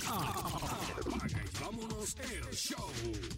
Apaga y vámonos el show.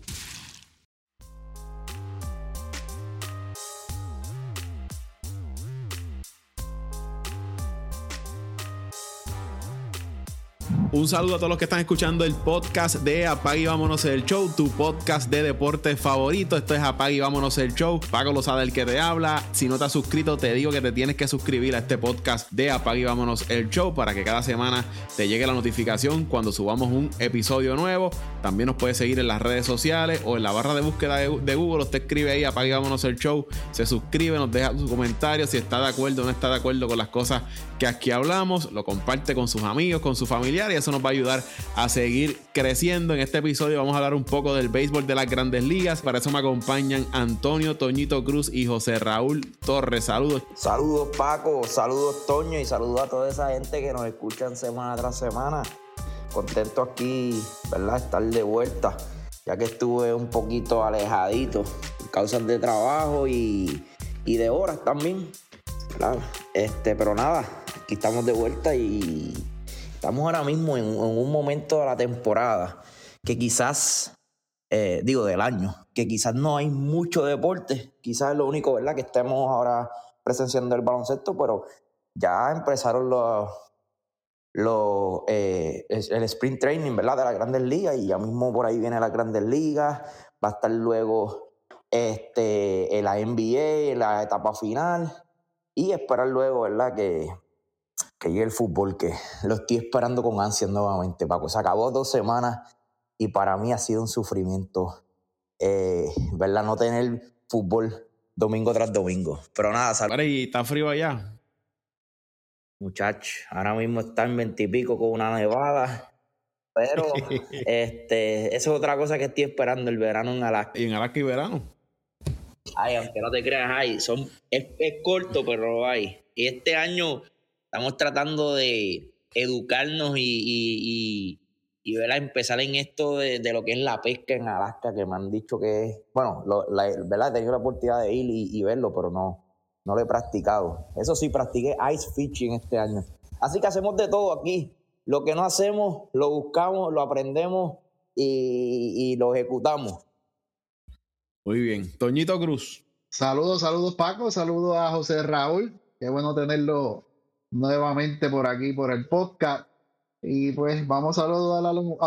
Un saludo a todos los que están escuchando el podcast de Apaga y Vámonos el Show, tu podcast de deportes favorito. Esto es Apaga y Vámonos el Show. Paco Lozada, el que te habla. Si no te has suscrito, te digo que te tienes que suscribir a este podcast de Apaga y Vámonos el Show para que cada semana te llegue la notificación cuando subamos un episodio nuevo. También nos puedes seguir en las redes sociales o en la barra de búsqueda de Google. Usted escribe ahí Apaga y Vámonos el Show, se suscribe, nos deja su comentario si está de acuerdo o no está de acuerdo con las cosas que aquí hablamos, lo comparte con sus amigos, con sus familiares, y eso nos va a ayudar a seguir creciendo. En este episodio vamos a hablar un poco del béisbol de las Grandes Ligas. Para eso me acompañan Antonio Toñito Cruz y José Raúl Torres. Saludos. Saludos, Paco, saludos, Toño, y saludos a toda esa gente que nos escuchan semana tras semana. Contento aquí, ¿verdad? Estar de vuelta, ya que estuve un poquito alejadito por causas de trabajo y de horas también, ¿verdad? Pero nada, aquí estamos de vuelta y estamos ahora mismo en un momento de la temporada que quizás, del año, que quizás no hay mucho deporte, quizás es lo único, ¿verdad?, que estemos ahora presenciando el baloncesto, pero ya empezaron el sprint training, ¿verdad?, de las Grandes Ligas, y ya mismo por ahí viene las Grandes Ligas. Va a estar luego la NBA, la etapa final, y esperar luego, ¿verdad?, que llegue el fútbol, que lo estoy esperando con ansias nuevamente, Paco. Se acabó 2 semanas y para mí ha sido un sufrimiento, ¿verdad?, no tener fútbol domingo tras domingo. Pero nada, ¿Y está frío allá? Muchacho, ahora mismo está en 20 y pico con una nevada, pero eso es otra cosa que estoy esperando, el verano en Alaska. ¿Y en Alaska y verano? Ay, aunque no te creas, es corto, pero lo hay. Y este año estamos tratando de educarnos y ¿verdad?, empezar en esto de lo que es la pesca en Alaska, que me han dicho que es, bueno, ¿verdad?, he tenido la oportunidad de ir y verlo, pero no lo he practicado. Eso sí, practiqué ice fishing este año. Así que hacemos de todo aquí. Lo que no hacemos, lo buscamos, lo aprendemos y lo ejecutamos. Muy bien. Toñito Cruz. Saludos Paco, saludos a José Raúl. Qué bueno tenerlo nuevamente por aquí, por el podcast. Y pues vamos a saludar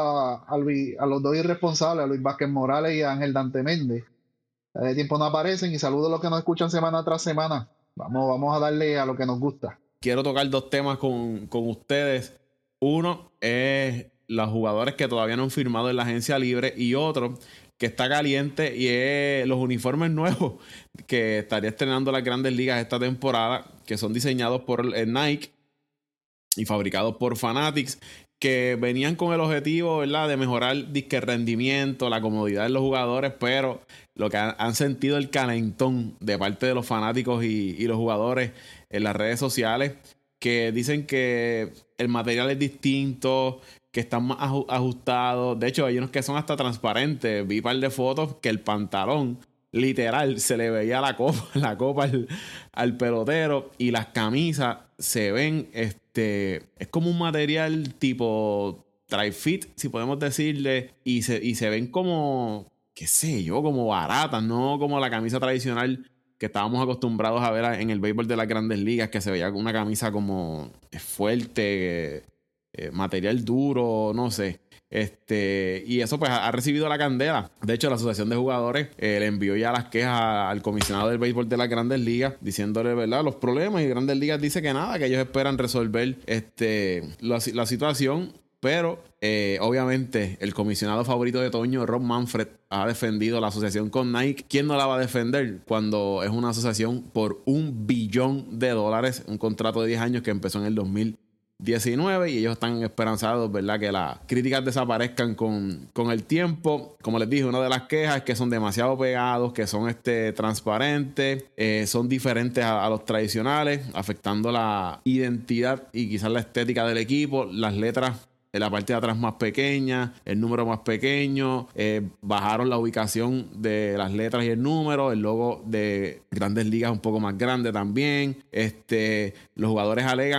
a los dos irresponsables, a Luis Vázquez Morales y a Ángel Dante Méndez. De tiempo no aparecen, y saludos a los que nos escuchan semana tras semana. Vamos a darle a lo que nos gusta. Quiero tocar 2 temas con ustedes. Uno es los jugadores que todavía no han firmado en la agencia libre, y otro que está caliente y es los uniformes nuevos que estaría estrenando las Grandes Ligas esta temporada, que son diseñados por Nike y fabricados por Fanatics, que venían con el objetivo, ¿verdad?, de mejorar disque rendimiento, la comodidad de los jugadores, pero lo que han sentido el calentón de parte de los fanáticos y los jugadores en las redes sociales, que dicen que el material es distinto, que están más ajustados. De hecho, hay unos que son hasta transparentes. Vi un par de fotos que el pantalón, literal, se le veía la copa al pelotero, y las camisas se ven, es como un material tipo dry fit, si podemos decirle, y se ven como, qué sé yo, como baratas, no como la camisa tradicional que estábamos acostumbrados a ver en el béisbol de las Grandes Ligas, que se veía una camisa como fuerte, material duro, no sé. Y eso pues ha recibido la candela. De hecho, la Asociación de Jugadores le envió ya las quejas al comisionado del béisbol de las Grandes Ligas, diciéndole, ¿verdad?, los problemas, y Grandes Ligas dice que nada, que ellos esperan resolver la situación. Pero obviamente el comisionado favorito de Toño, Rob Manfred, ha defendido la asociación con Nike. ¿Quién no la va a defender cuando es una asociación por $1 billón, un contrato de 10 años que empezó en el 2019, y ellos están esperanzados, ¿verdad?, que las críticas desaparezcan con el tiempo? Como les dije, una de las quejas es que son demasiado pegados, que son transparentes, son diferentes a los tradicionales, afectando la identidad y quizás la estética del equipo. Las letras en la parte de atrás más pequeña, el número más pequeño, bajaron la ubicación de las letras y el número, el logo de Grandes Ligas un poco más grande también. Los jugadores alegan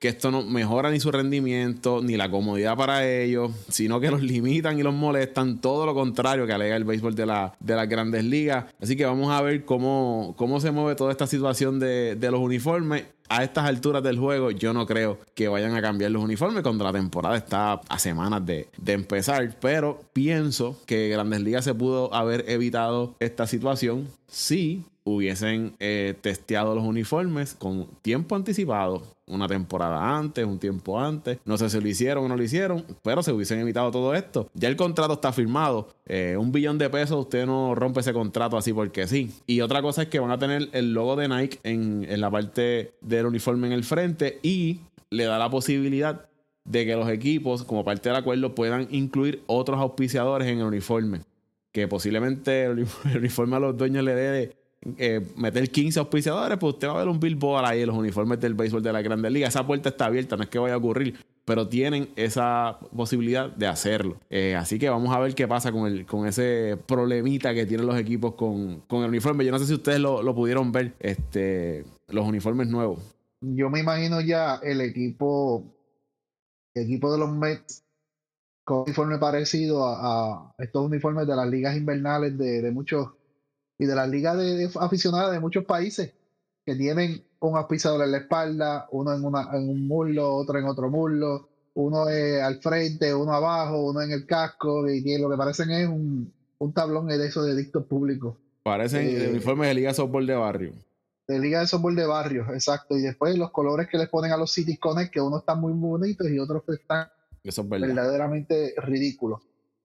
que esto no mejora ni su rendimiento, ni la comodidad para ellos, sino que los limitan y los molestan, todo lo contrario que alega el béisbol de las Grandes Ligas. Así que vamos a ver cómo se mueve toda esta situación de los uniformes. A estas alturas del juego yo no creo que vayan a cambiar los uniformes cuando la temporada está a semanas de empezar, pero pienso que Grandes Ligas se pudo haber evitado esta situación si hubiesen testeado los uniformes con tiempo anticipado, una temporada antes, un tiempo antes. No sé si lo hicieron o no lo hicieron, pero se hubiesen evitado todo esto. Ya el contrato está firmado. $1 billón, usted no rompe ese contrato así porque sí. Y otra cosa es que van a tener el logo de Nike en la parte del uniforme en el frente, y le da la posibilidad de que los equipos, como parte del acuerdo, puedan incluir otros auspiciadores en el uniforme. Que posiblemente el uniforme a los dueños le dé meter 15 auspiciadores, pues usted va a ver un billboard ahí en los uniformes del béisbol de la Grandes Ligas. Esa puerta está abierta, no es que vaya a ocurrir, pero tienen esa posibilidad de hacerlo. Así que vamos a ver qué pasa con ese problemita que tienen los equipos con el uniforme. Yo no sé si ustedes lo pudieron ver, los uniformes nuevos. Yo me imagino ya el equipo de los Mets con un uniforme parecido a estos uniformes de las ligas invernales de muchos, y de las ligas de aficionadas de muchos países, que tienen un auspiciador en la espalda, uno en un muslo, otro en otro muslo, uno al frente, uno abajo, uno en el casco, y lo que parecen es un tablón de esos de dictos públicos. Parecen uniformes de liga de softball de barrio. De liga de softball de barrio, exacto. Y después los colores que les ponen a los City Connect, que unos están muy bonitos y otros que están verdaderamente ridículos.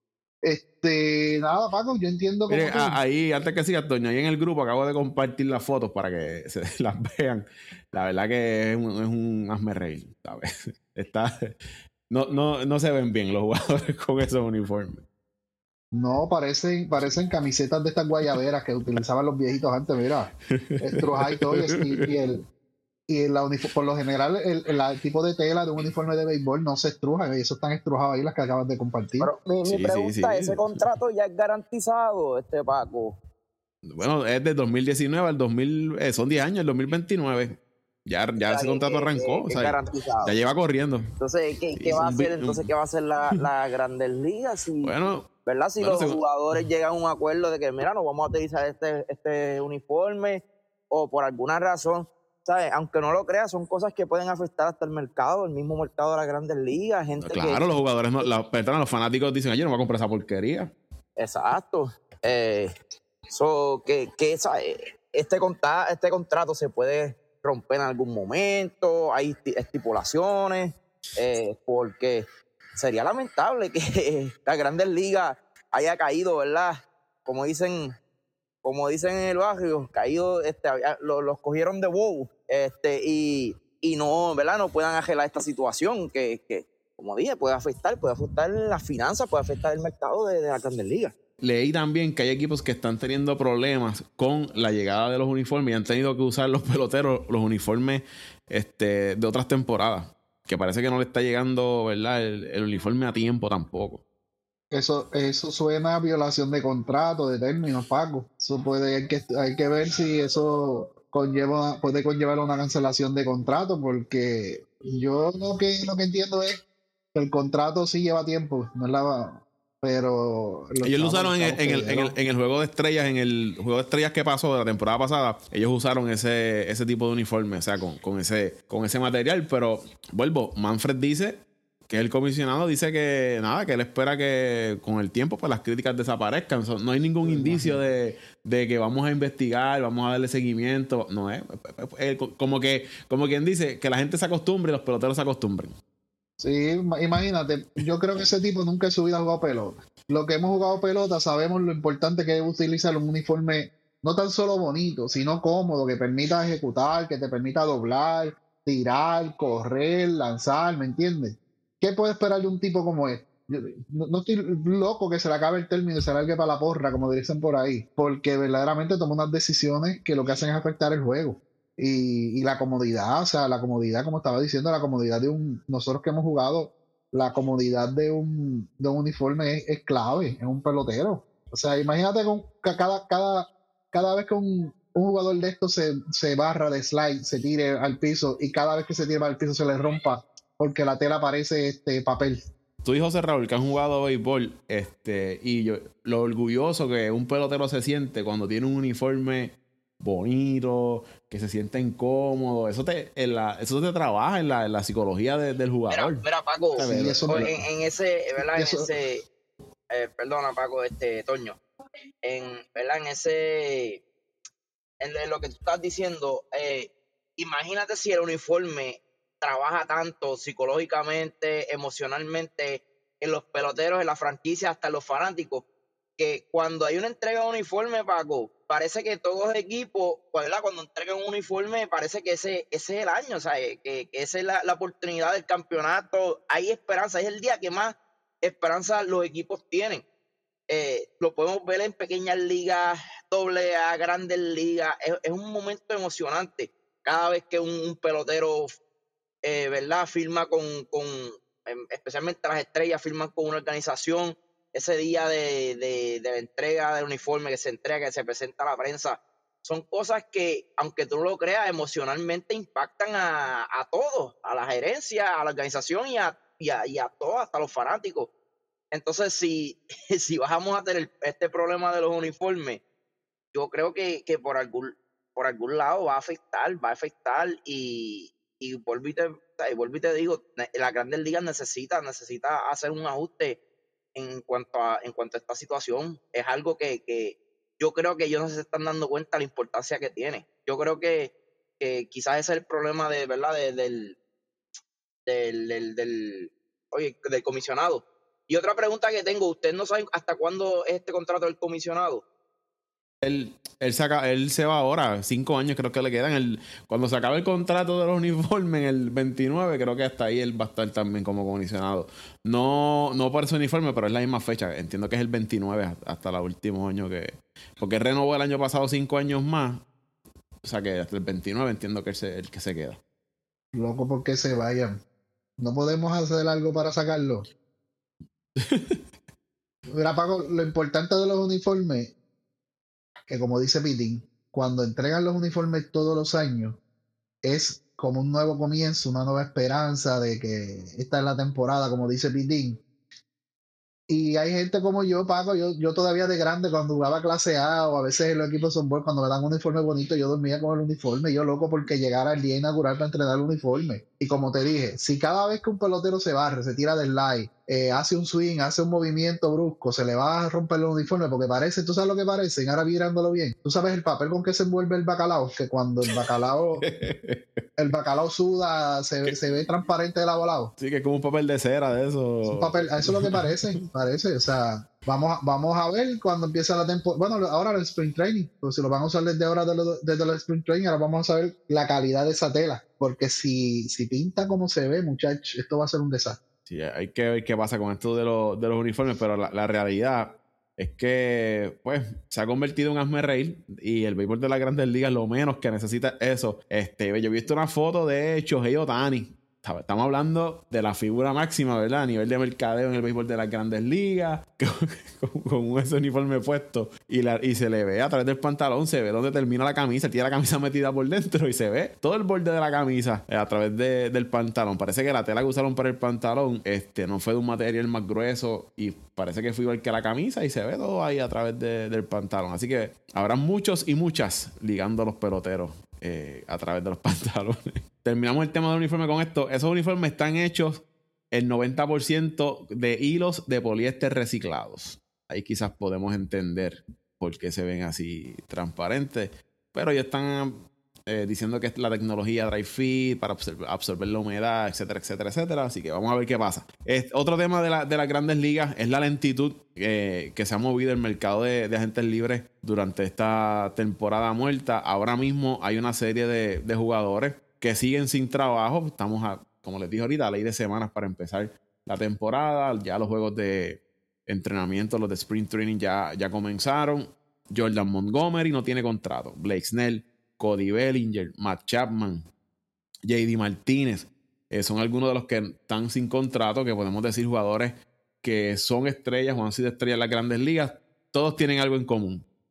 Nada, Paco, yo entiendo. Mire, ahí, antes que sigas, Toño, ahí en el grupo acabo de compartir las fotos para que se las vean. La verdad que es un hazme reír, ¿sabes? No se ven bien los jugadores con esos uniformes. No, parecen camisetas de estas guayaberas que utilizaban los viejitos antes, mira. Estruja y todo, por lo general el tipo de tela de un uniforme de béisbol no se estruja, y eso están estrujados ahí las que acabas de compartir. Pero mi pregunta, ¿ese contrato ya es garantizado, Paco? Bueno, es de 2019 al 2000, son 10 años, el 2029. Ya ese contrato arrancó, o sea, ya lleva corriendo. Entonces, ¿qué va a hacer? Entonces, ¿qué va a hacer la Grandes Ligas? ¿Verdad? Si los jugadores llegan a un acuerdo de que, mira, no vamos a utilizar este uniforme, o por alguna razón, ¿sabes? Aunque no lo creas, son cosas que pueden afectar hasta el mismo mercado de las Grandes Ligas. Claro, los jugadores, los fanáticos dicen, yo no voy a comprar esa porquería. Exacto. Este contrato se puede romper en algún momento, hay estipulaciones, porque sería lamentable que las Grandes Ligas haya caído, ¿verdad? Como dicen en el barrio, caído, los cogieron de wow, y no, ¿verdad? No puedan arreglar esta situación que, como dije, puede afectar las finanzas, puede afectar el mercado de las Grandes Ligas. Leí también que hay equipos que están teniendo problemas con la llegada de los uniformes y han tenido que usar los peloteros los uniformes de otras temporadas, que parece que no le está llegando, ¿verdad? El uniforme a tiempo tampoco. Eso suena a violación de contrato, de términos, Paco. Eso hay que ver si eso puede conllevar una cancelación de contrato, porque yo lo que entiendo es que el contrato sí lleva tiempo, pero ellos lo usaron en el juego de estrellas, en el juego de estrellas que pasó de la temporada pasada. Ellos usaron ese tipo de uniforme, o sea, con ese material. Pero vuelvo, Manfred dice, que es el comisionado, dice que nada, que él espera que con el tiempo pues las críticas desaparezcan. No hay ningún indicio de que vamos a investigar, vamos a darle seguimiento. No es como quien dice, que la gente se acostumbre y los peloteros se acostumbren. Sí, imagínate, yo creo que ese tipo nunca en su vida ha jugado pelota. Lo que hemos jugado pelota sabemos lo importante que es utilizar un uniforme no tan solo bonito, sino cómodo, que permita ejecutar, que te permita doblar, tirar, correr, lanzar, ¿me entiendes? ¿Qué puede esperar de un tipo como este? Yo no estoy loco que se le acabe el término y se largue para la porra, como dicen por ahí, porque verdaderamente toma unas decisiones que lo que hacen es afectar el juego. Y la comodidad, o sea, la comodidad, como estaba diciendo, la comodidad nosotros que hemos jugado, la comodidad de un uniforme es clave, es un pelotero. O sea, imagínate cada vez que un un jugador de estos se barra de slide, se tire al piso y cada vez que se tira al piso se le rompa porque la tela parece papel. Tú y José Raúl, que han jugado béisbol, y lo orgulloso que un pelotero se siente cuando tiene un uniforme bonito, que se siente incómodo. Eso te trabaja en la psicología del jugador. Mira, Paco, Sí, eso en ese, ¿verdad? Perdona, Paco, Toño. ¿Verdad? En lo que tú estás diciendo, imagínate si el uniforme trabaja tanto psicológicamente, emocionalmente en los peloteros, en la franquicia, hasta en los fanáticos, que cuando hay una entrega de uniforme, Paco, parece que todos los equipos, ¿verdad? Cuando entregan un uniforme, parece que ese es el año, o sea, que esa es la oportunidad del campeonato. Hay esperanza, es el día que más esperanza los equipos tienen. Lo podemos ver en pequeñas ligas, AA, grandes ligas. Es un momento emocionante cada vez que un pelotero, ¿verdad? Firma especialmente las estrellas, firman con una organización. Ese día de la entrega del uniforme que se entrega, que se presenta a la prensa, son cosas que, aunque tú no lo creas, emocionalmente impactan a todos, a la gerencia, a la organización y a todos, hasta los fanáticos. Entonces, si bajamos a tener este problema de los uniformes, yo creo que por algún lado va a afectar y vuelvo y te digo, la Grandes Ligas necesita hacer un ajuste en cuanto a esta situación. Es algo que yo creo que ellos no se están dando cuenta de la importancia que tiene. Yo creo que quizás ese es el problema de verdad del comisionado. Y otra pregunta que tengo, ¿usted no sabe hasta cuándo es este contrato del comisionado? Él se va ahora, 5 años creo que le quedan. Cuando se acabe el contrato de los uniformes en el 29, creo que hasta ahí él va a estar también como comisionado. No por ese uniforme, pero es la misma fecha. Entiendo que es el 29 hasta los últimos años porque él renovó el año pasado 5 años más. O sea que hasta el 29 entiendo que es el que se queda. Loco, ¿por qué se vayan? ¿No podemos hacer algo para sacarlo? Mira, Paco, lo importante de los uniformes, que como dice Pitín, cuando entregan los uniformes todos los años, es como un nuevo comienzo, una nueva esperanza de que esta es la temporada, como dice Pitín. Y hay gente como yo, Paco, yo todavía de grande, cuando jugaba clase A o a veces en los equipos de softball, cuando me dan un uniforme bonito, yo dormía con el uniforme, yo loco porque llegara el día inaugural para entrenar el uniforme. Y como te dije, si cada vez que un pelotero se barre, se tira del line, hace un swing, hace un movimiento brusco, se le va a romper el uniforme, porque parece, ¿tú sabes lo que parece? Ahora mirándolo bien, ¿tú sabes el papel con que se envuelve el bacalao? Que cuando el bacalao suda, se ve transparente de lado a lado. Sí, que es como un papel de cera de eso. Es un papel, eso es lo que parece, o sea, vamos a ver cuando empieza la temporada. Bueno, ahora el Spring Training, pues si lo van a usar desde ahora, desde el Spring Training, ahora vamos a ver la calidad de esa tela, porque si pinta como se ve, muchachos, esto va a ser un desastre. Sí, hay que ver qué pasa con esto de los uniformes, pero la realidad es que pues se ha convertido en hazmerreír y el béisbol de las Grandes Ligas lo menos que necesita eso. Yo he visto una foto de Shohei Ohtani. Estamos hablando de la figura máxima, ¿verdad? A nivel de mercadeo en el béisbol de las Grandes Ligas, con ese uniforme puesto y se le ve a través del pantalón, se ve dónde termina la camisa, tiene la camisa metida por dentro y se ve todo el borde de la camisa a través del pantalón. Parece que la tela que usaron para el pantalón no fue de un material más grueso y parece que fue igual que la camisa y se ve todo ahí a través del pantalón. Así que habrá muchos y muchas ligando a los peloteros a través de los pantalones. Terminamos el tema del uniforme con esto. Esos uniformes están hechos el 90% de hilos de poliéster reciclados. Ahí quizás podemos entender por qué se ven así transparentes. Pero ellos están diciendo que es la tecnología dry fit para absorber la humedad, etcétera, etcétera, etcétera. Así que vamos a ver qué pasa. Otro tema de las Grandes Ligas es la lentitud que se ha movido el mercado de agentes libres durante esta temporada muerta. Ahora mismo hay una serie de jugadores que siguen sin trabajo. Estamos, como les dije ahorita, a ley de semanas para empezar la temporada. Ya los juegos de entrenamiento, los de Sprint Training ya comenzaron. Jordan Montgomery no tiene contrato. Blake Snell, Cody Bellinger, Matt Chapman, JD Martínez, son algunos de los que están sin contrato, que podemos decir jugadores que son estrellas o han sido estrellas en las Grandes Ligas. Todos tienen algo en común.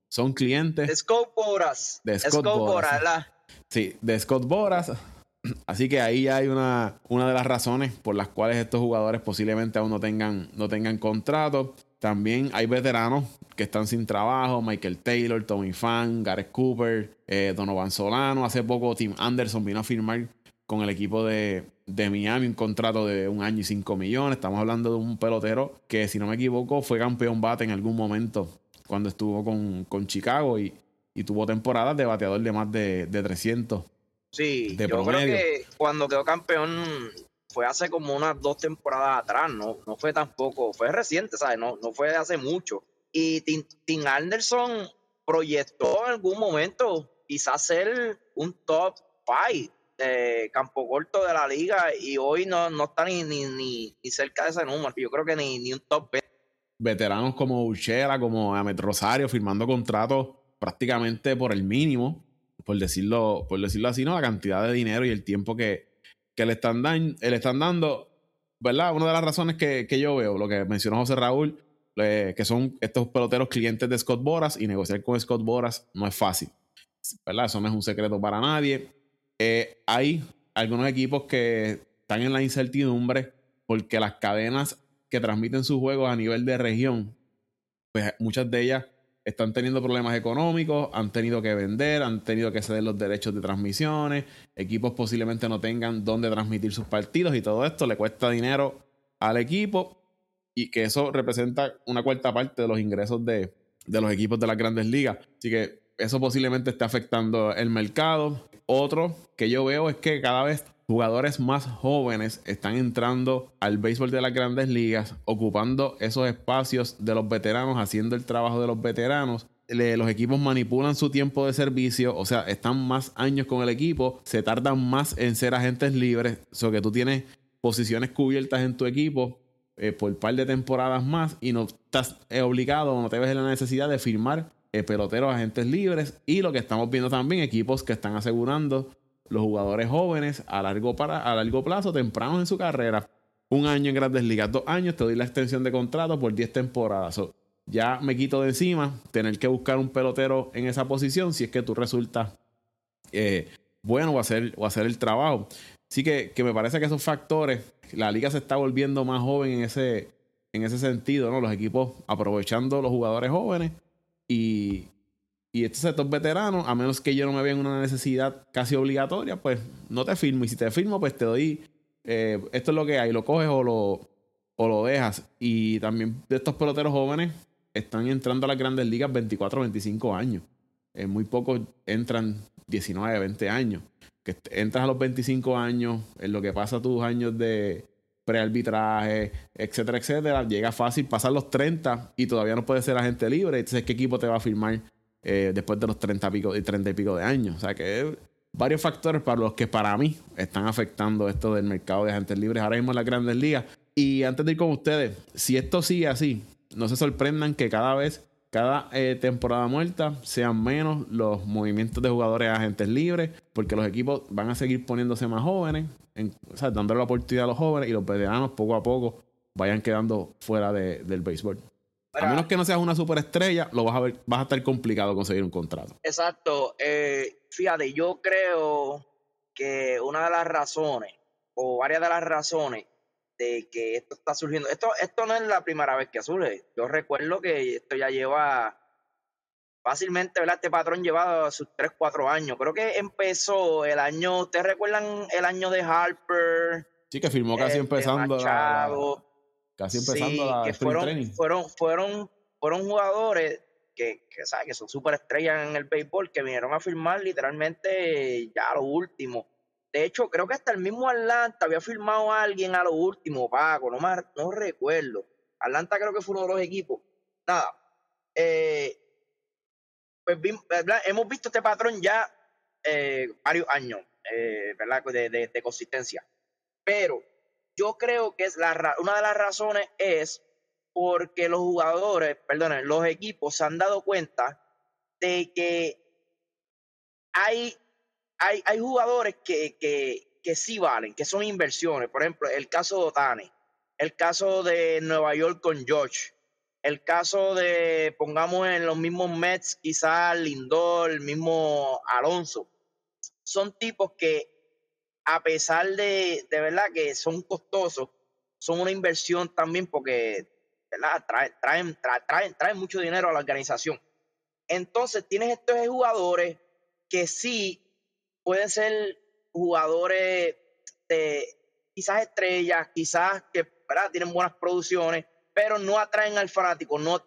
son clientes de Scott Boras. de Scott Boras. ¿Verdad? Sí, de Scott Boras. Así que ahí ya hay una de las razones por las cuales estos jugadores posiblemente aún no tengan contrato. También hay veteranos que están sin trabajo: Michael Taylor, Tommy Pham, Gareth Cooper, Donovan Solano. Hace poco Tim Anderson vino a firmar con el equipo de Miami un contrato de 1 año y 5 millones. Estamos hablando de un pelotero que, si no me equivoco, fue campeón bate en algún momento cuando estuvo con Chicago y tuvo temporadas de bateador de más de 300. Sí, de yo promedio. creo que cuando quedó campeón fue hace como unas 2 temporadas atrás, no fue tampoco, fue reciente, ¿sabes? No fue hace mucho. Y Tim Anderson proyectó en algún momento quizás ser un top 5 de campo corto de la liga, y hoy no está ni cerca de ese número. Yo creo que ni un top 20. Veteranos como Urshela, como Amet Rosario, firmando contratos prácticamente por el mínimo, por decirlo así, ¿no? La cantidad de dinero y el tiempo que le están dando, ¿verdad? Una de las razones que yo veo, lo que mencionó José Raúl, que son estos peloteros clientes de Scott Boras, y negociar con Scott Boras no es fácil, ¿verdad? Eso no es un secreto para nadie. Hay algunos equipos que están en la incertidumbre porque las cadenas que transmiten sus juegos a nivel de región, pues muchas de ellas están teniendo problemas económicos, han tenido que vender, han tenido que ceder los derechos de transmisiones, equipos posiblemente no tengan dónde transmitir sus partidos, y todo esto le cuesta dinero al equipo, y que eso representa una cuarta parte de los ingresos de los equipos de las grandes ligas. Así que eso posiblemente esté afectando el mercado. Otro que yo veo es que cada vez jugadores más jóvenes están entrando al béisbol de las grandes ligas, ocupando esos espacios de los veteranos, haciendo el trabajo de los veteranos. Los equipos manipulan su tiempo de servicio, o sea, están más años con el equipo, se tardan más en ser agentes libres, so que tú tienes posiciones cubiertas en tu equipo por un par de temporadas más, y no estás obligado, no te ves en la necesidad de firmar peloteros agentes libres. Y lo que estamos viendo también, equipos que están asegurando los jugadores jóvenes a largo plazo, temprano en su carrera. 1 año en Grandes Ligas, 2 años, te doy la extensión de contrato por 10 temporadas. So, ya me quito de encima tener que buscar un pelotero en esa posición si es que tú resultas bueno o hacer el trabajo. Así que me parece que esos factores, la liga se está volviendo más joven en ese sentido, ¿no? Los equipos aprovechando los jugadores jóvenes, y estos sectores veteranos, a menos que yo no me vea en una necesidad casi obligatoria, pues no te firmo. Y si te firmo, pues te doy, esto es lo que hay, lo coges o lo dejas. Y también de estos peloteros jóvenes están entrando a las grandes ligas 24, 25 años. Muy pocos entran 19, 20 años. Que entras a los 25 años, en lo que pasa tus años de prearbitraje, etcétera, etcétera, llega fácil pasar los 30 y todavía no puedes ser agente libre. Entonces, ¿qué equipo te va a firmar después de los 30 y pico de años? O sea que varios factores para los que para mí están afectando esto del mercado de agentes libres ahora mismo en las grandes ligas. Y antes de ir con ustedes, si esto sigue así, no se sorprendan que cada temporada muerta sean menos los movimientos de jugadores a agentes libres, porque los equipos van a seguir poniéndose más jóvenes, o sea, dándole la oportunidad a los jóvenes, y los veteranos poco a poco vayan quedando fuera del béisbol. A menos que no seas una superestrella, vas a estar complicado conseguir un contrato. Exacto. Fíjate, yo creo que una de las razones, o varias de las razones de que esto está surgiendo, esto no es la primera vez que surge. Yo recuerdo que esto ya lleva fácilmente, ¿verdad? Este patrón lleva sus 3, 4 años. Creo que empezó el año, ¿ustedes recuerdan el año de Harper? Sí, que firmó casi empezando casi empezando sí, la que sprint training. fueron jugadores que ¿sabes? Que son súper estrellas en el béisbol, que vinieron a firmar literalmente ya a lo último. De hecho, creo que hasta el mismo Atlanta había firmado a alguien a lo último, Paco, no recuerdo. Atlanta creo que fue uno de los equipos. Nada, pues ¿verdad? Hemos visto este patrón ya varios años, ¿verdad? De consistencia. Pero yo creo que una de las razones es porque los equipos se han dado cuenta de que hay jugadores que sí valen, que son inversiones. Por ejemplo, el caso de Ohtani, el caso de Nueva York con George, el caso de, pongamos en los mismos Mets, quizás Lindor, el mismo Alonso, son tipos que a pesar de verdad que son costosos, son una inversión también porque, ¿verdad? Traen mucho dinero a la organización. Entonces tienes estos jugadores que sí pueden ser jugadores quizás estrellas, quizás que, ¿verdad?, tienen buenas producciones, pero no atraen al fanático, no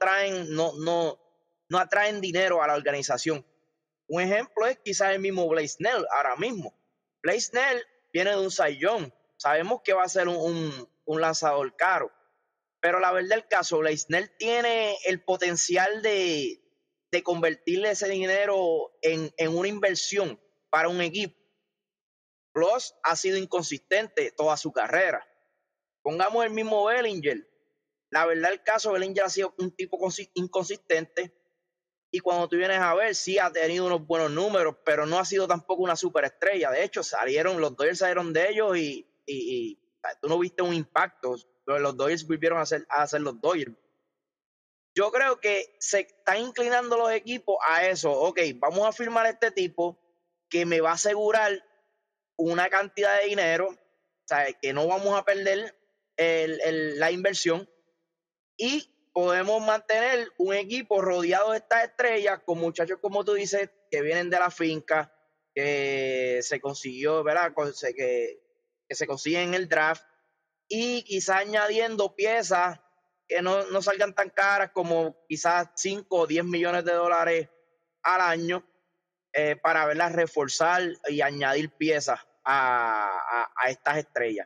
atraen dinero a la organización. Un ejemplo es quizás el mismo Blake Snell ahora mismo. Blake Snell viene de un Cy Young. Sabemos que va a ser un lanzador caro, pero la verdad del caso, Blake Snell tiene el potencial de convertirle ese dinero en una inversión para un equipo. Plus ha sido inconsistente toda su carrera. Pongamos el mismo Bellinger. La verdad del caso, Bellinger ha sido un tipo inconsistente, y cuando tú vienes a ver, sí ha tenido unos buenos números, pero no ha sido tampoco una superestrella. De hecho, los Dodgers salieron de ellos y tú no viste un impacto. Los Dodgers volvieron a hacer los Dodgers. Yo creo que se están inclinando los equipos a eso. Ok, vamos a firmar a este tipo que me va a asegurar una cantidad de dinero, o sea, que no vamos a perder la inversión, y podemos mantener un equipo rodeado de estas estrellas con muchachos, como tú dices, que vienen de la finca, que se consiguió, ¿verdad? Que se consiguen en el draft, y quizás añadiendo piezas que no salgan tan caras, como quizás 5 o 10 millones de dólares al año, para verlas reforzar y añadir piezas a estas estrellas.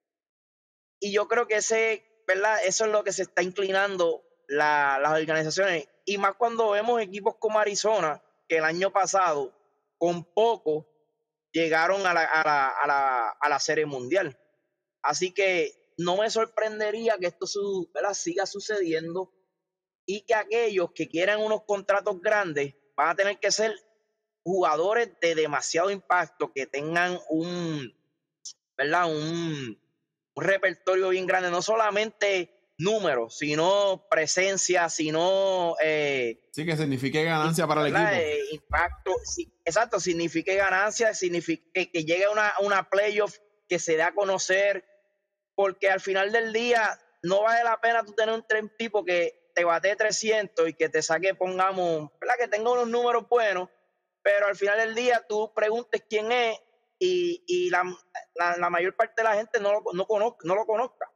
Y yo creo que ¿verdad? Eso es lo que se está inclinando las organizaciones, y más cuando vemos equipos como Arizona, que el año pasado con poco llegaron a la Serie Mundial. Así que no me sorprendería que esto, ¿verdad?, siga sucediendo, y que aquellos que quieran unos contratos grandes van a tener que ser jugadores de demasiado impacto, que tengan ¿verdad?, un repertorio bien grande, no solamente números, sino presencia, sino sí, que signifique ganancia para el equipo. Impacto, sí, exacto, signifique ganancia, signifique que llegue a una playoff, que se dé a conocer, porque al final del día no vale la pena tú tener un tipo que te bate 300 y que te saque, pongamos, ¿verdad?, que tenga unos números buenos, pero al final del día tú preguntes quién es, y la mayor parte de la gente no lo conozca.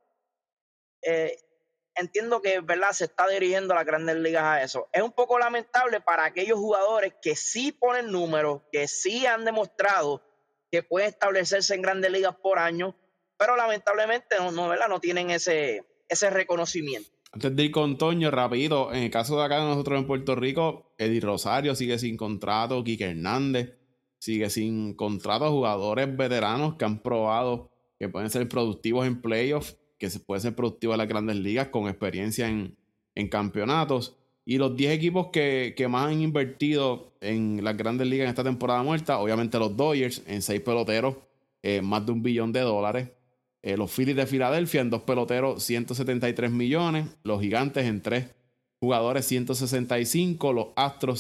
Entiendo que, ¿verdad?, se está dirigiendo a las grandes ligas a eso. Es un poco lamentable para aquellos jugadores que sí ponen números, que sí han demostrado que pueden establecerse en grandes ligas por año, pero lamentablemente no tienen ese reconocimiento. Antes de ir con Toño, rapidito, en el caso de acá de nosotros en Puerto Rico, Eddie Rosario sigue sin contrato, Quique Hernández sigue sin contrato, jugadores veteranos que han probado que pueden ser productivos en playoffs, que se puede ser productivo en las grandes ligas con experiencia en campeonatos. Y los 10 equipos que más han invertido en las grandes ligas en esta temporada muerta, obviamente los Dodgers en 6 peloteros, más de $1 billón. Los Phillies de Filadelfia en 2 peloteros, 173 millones. Los Gigantes en 3 jugadores, 165. Los Astros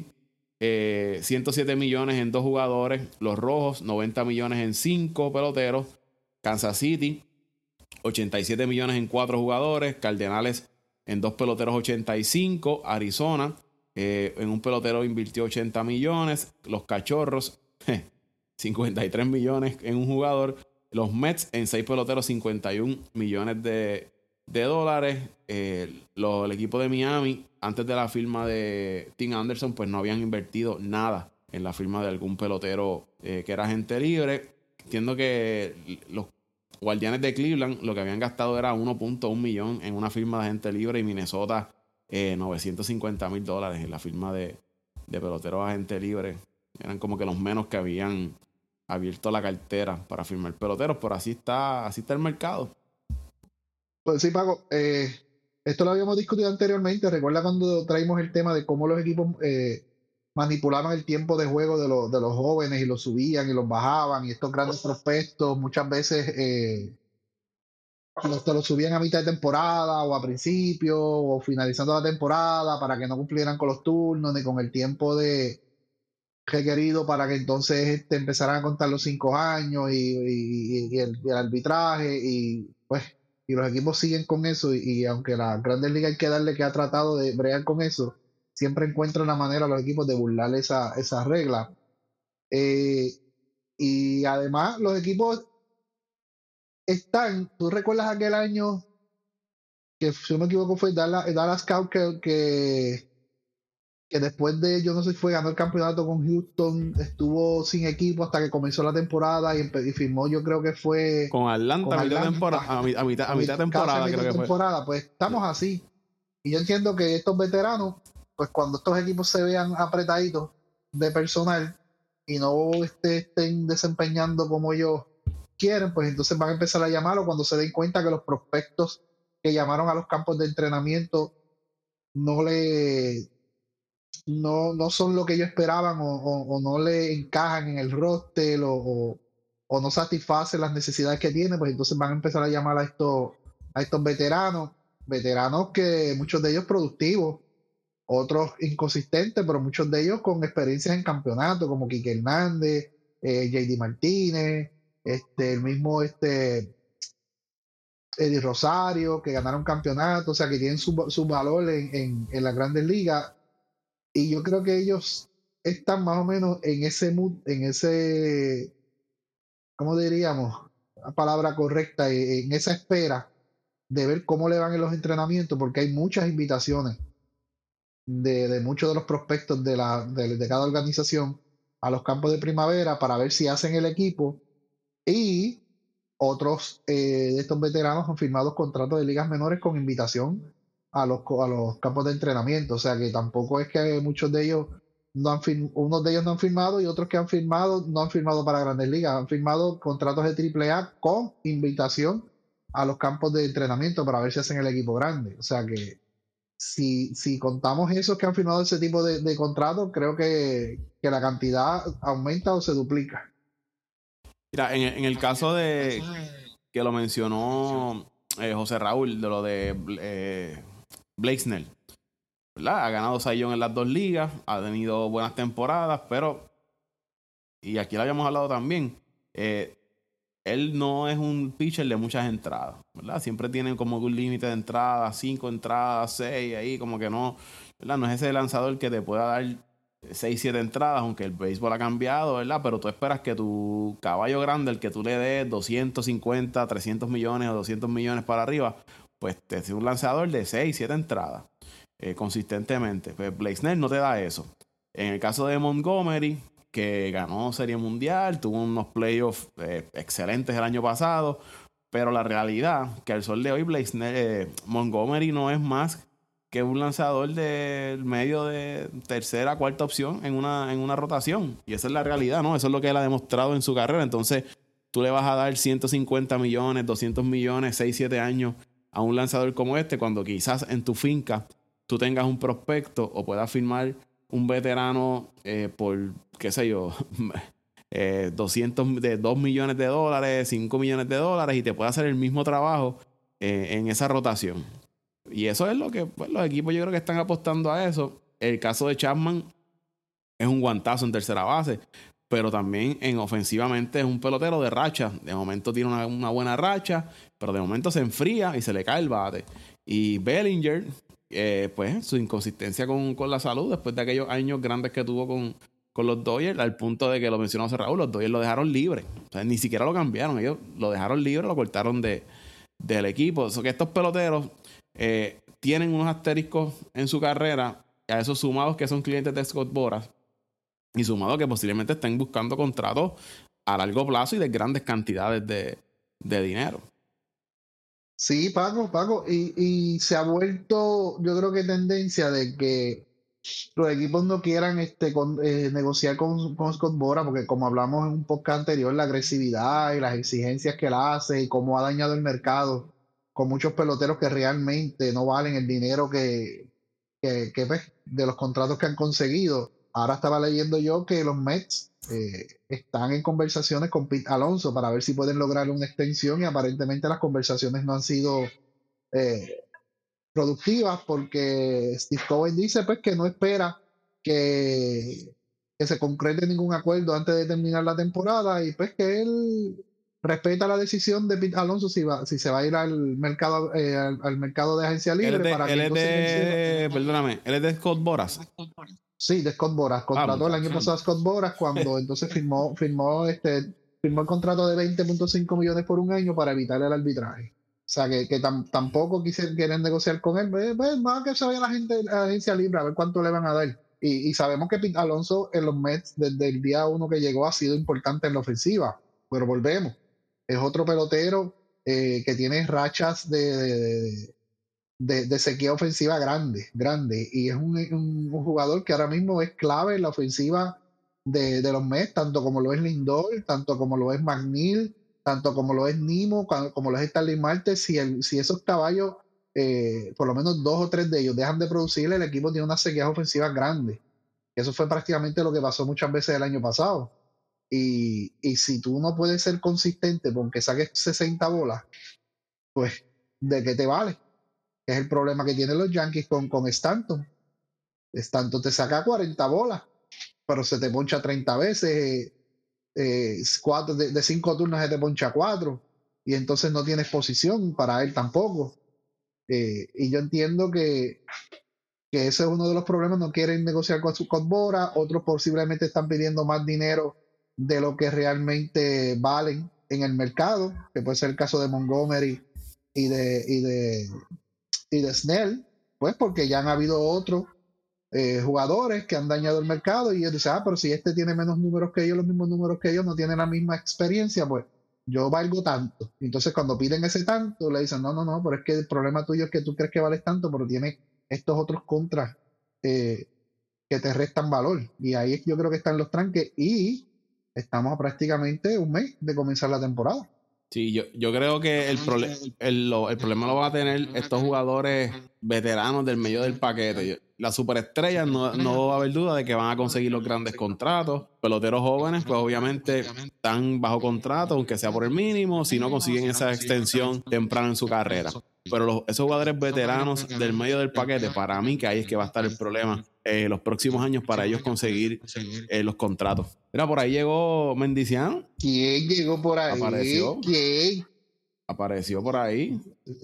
107 millones en 2 jugadores. Los Rojos 90 millones en 5 peloteros. Kansas City 87 millones en 4 jugadores. Cardenales en 2 peloteros 85. Arizona en un pelotero invirtió 80 millones. Los Cachorros 53 millones en un jugador. Los Mets en 6 peloteros 51 millones de dólares. El equipo de Miami, antes de la firma de Tim Anderson, pues no habían invertido nada en la firma de algún pelotero que era agente libre. Entiendo que los Guardianes de Cleveland lo que habían gastado era $1.1 millón en una firma de agente libre, y Minnesota $950,000 en la firma de peloteros agente libre. Eran como que los menos que habían abierto la cartera para firmar peloteros, pero así está el mercado. Pues sí, Paco, esto lo habíamos discutido anteriormente. Recuerda cuando traímos el tema de cómo los equipos manipulaban el tiempo de juego de los jóvenes, y los subían y los bajaban, y estos grandes prospectos muchas veces te lo subían a mitad de temporada o a principio o finalizando la temporada para que no cumplieran con los turnos ni con el tiempo requerido para que entonces empezaran a contar los 5 años y el arbitraje y pues y los equipos siguen con eso y aunque la Grandes Ligas hay que darle que ha tratado de bregar con eso, siempre encuentran la manera los equipos de burlar esa regla. Y además los equipos ¿tú recuerdas aquel año que si no me equivoco fue Dallas Cowboys que después de, yo no sé si fue, ganó el campeonato con Houston, estuvo sin equipo hasta que comenzó la temporada y firmó, yo creo que fue Con Atlanta, a mitad de temporada, creo que fue. Pues estamos así. Y yo entiendo que estos veteranos, pues cuando estos equipos se vean apretaditos de personal y no estén desempeñando como ellos quieren, pues entonces van a empezar a llamarlo cuando se den cuenta que los prospectos que llamaron a los campos de entrenamiento no son lo que ellos esperaban o no le encajan en el roster o no satisfacen las necesidades que tienen, pues entonces van a empezar a llamar a estos veteranos que muchos de ellos productivos, otros inconsistentes, pero muchos de ellos con experiencias en campeonato, como Quique Hernández, JD Martínez, el mismo Eddie Rosario, que ganaron campeonato, o sea, que tienen su valor en las Grandes Ligas. Y yo creo que ellos están más o menos en ese mood, ¿cómo diríamos? La palabra correcta, en esa espera de ver cómo le van en los entrenamientos, porque hay muchas invitaciones de muchos de los prospectos de cada organización a los campos de primavera para ver si hacen el equipo, y otros de estos veteranos han firmado contratos de ligas menores con invitación a los campos de entrenamiento, o sea que tampoco es que muchos de ellos unos de ellos no han firmado y otros que han firmado no han firmado para Grandes Ligas, han firmado contratos de AAA con invitación a los campos de entrenamiento para ver si hacen el equipo grande, o sea que si contamos esos que han firmado ese tipo de contratos, creo que la cantidad aumenta o se duplica. Mira, en el caso de que lo mencionó José Raúl, de lo de Blake Snell, ¿verdad? Ha ganado Cy Young en las 2 ligas, ha tenido buenas temporadas, pero, y aquí lo habíamos hablado también, él no es un pitcher de muchas entradas, ¿verdad? Siempre tiene como un límite de entradas, 5 entradas, 6, ahí como que no, ¿verdad? No es ese lanzador que te pueda dar 6, 7 entradas, aunque el béisbol ha cambiado, ¿verdad? Pero tú esperas que tu caballo grande, el que tú le des 250, 300 millones o 200 millones para arriba, pues te sea un lanzador de 6, 7 entradas consistentemente. Pues Blake Snell no te da eso. En el caso de Montgomery, que ganó Serie Mundial, tuvo unos playoffs excelentes el año pasado, pero la realidad que al sol de hoy Montgomery no es más que un lanzador del medio de tercera, cuarta opción en una rotación, y esa es la realidad, ¿no? Eso es lo que él ha demostrado en su carrera. Entonces tú le vas a dar 150 millones, 200 millones, 6, 7 años a un lanzador como este, cuando quizás en tu finca tú tengas un prospecto o puedas firmar un veterano por, qué sé yo, 2 millones de dólares, 5 millones de dólares, y te puede hacer el mismo trabajo en esa rotación. Y eso es lo que pues, los equipos yo creo que están apostando a eso. El caso de Chapman es un guantazo en tercera base, pero también en ofensivamente es un pelotero de racha. De momento tiene una buena racha, pero de momento se enfría y se le cae el bate. Y Bellinger, pues su inconsistencia con la salud después de aquellos años grandes que tuvo con los Dodgers, al punto de que lo mencionó hace Raúl, los Dodgers lo dejaron libre. O sea, ni siquiera lo cambiaron, ellos lo dejaron libre, lo cortaron del equipo. Eso que estos peloteros tienen unos asteriscos en su carrera, a esos sumados que son clientes de Scott Boras, y sumados que posiblemente estén buscando contratos a largo plazo y de grandes cantidades de dinero. Sí, Paco, y se ha vuelto, yo creo que tendencia de que los equipos no quieran negociar con Scott Boras, porque como hablamos en un podcast anterior, la agresividad y las exigencias que él hace y cómo ha dañado el mercado con muchos peloteros que realmente no valen el dinero que pues, de los contratos que han conseguido. ahora estaba leyendo yo que los Mets están en conversaciones con Pete Alonso para ver si pueden lograr una extensión y aparentemente las conversaciones no han sido productivas porque Steve Cohen dice pues que no espera que se concrete ningún acuerdo antes de terminar la temporada y pues que él respeta la decisión de Pete Alonso si se va a ir al mercado al mercado de agencia libre perdóname, él es de Scott Boras. Sí, de Scott Boras. Contrató el año pasado a Scott Boras cuando entonces firmó el contrato de 20.5 millones por un año para evitar el arbitraje. O sea, que tampoco quieren negociar con él. Más que se vaya la agencia libre a ver cuánto le van a dar. Y sabemos que Pete Alonso en los Mets desde el día 1 que llegó ha sido importante en la ofensiva. Pero volvemos. Es otro pelotero que tiene rachas de sequía ofensiva grande, y es un jugador que ahora mismo es clave en la ofensiva de los Mets, tanto como lo es Lindor, tanto como lo es McNeil, tanto como lo es Nimo, como lo es Starling Marte. Si esos caballos, por lo menos 2 o 3 de ellos dejan de producir, el equipo tiene una sequía ofensiva grande. Eso fue prácticamente lo que pasó muchas veces el año pasado. Y si tú no puedes ser consistente con que saques 60 bolas, pues ¿de qué te vale? Que es el problema que tienen los Yankees con Stanton. Stanton te saca 40 bolas, pero se te poncha 30 veces, de 5 turnos se te poncha 4, y entonces no tienes posición para él tampoco. Y yo entiendo que ese es uno de los problemas, no quieren negociar con Bora, otros posiblemente están pidiendo más dinero de lo que realmente valen en el mercado, que puede ser el caso de Montgomery y de Snell, pues porque ya han habido otros jugadores que han dañado el mercado y ellos dicen, pero si este tiene menos números que ellos, los mismos números que ellos, no tiene la misma experiencia, pues yo valgo tanto. Entonces cuando piden ese tanto, le dicen, no, pero es que el problema tuyo es que tú crees que vales tanto, pero tienes estos otros contras que te restan valor. Y ahí yo creo que están los tranques y estamos a prácticamente un mes de comenzar la temporada. Sí, yo creo que el problema lo van a tener estos jugadores veteranos del medio del paquete. Las superestrellas no va a haber duda de que van a conseguir los grandes contratos. Peloteros jóvenes, pues obviamente están bajo contrato, aunque sea por el mínimo, si no consiguen esa extensión temprano en su carrera. Pero esos jugadores veteranos del medio del paquete, para mí que ahí es que va a estar el problema los próximos años para ellos conseguir los contratos. Mira, por ahí llegó Mendiciano. ¿Quién llegó por ahí? Apareció. ¿Quién? Apareció por ahí.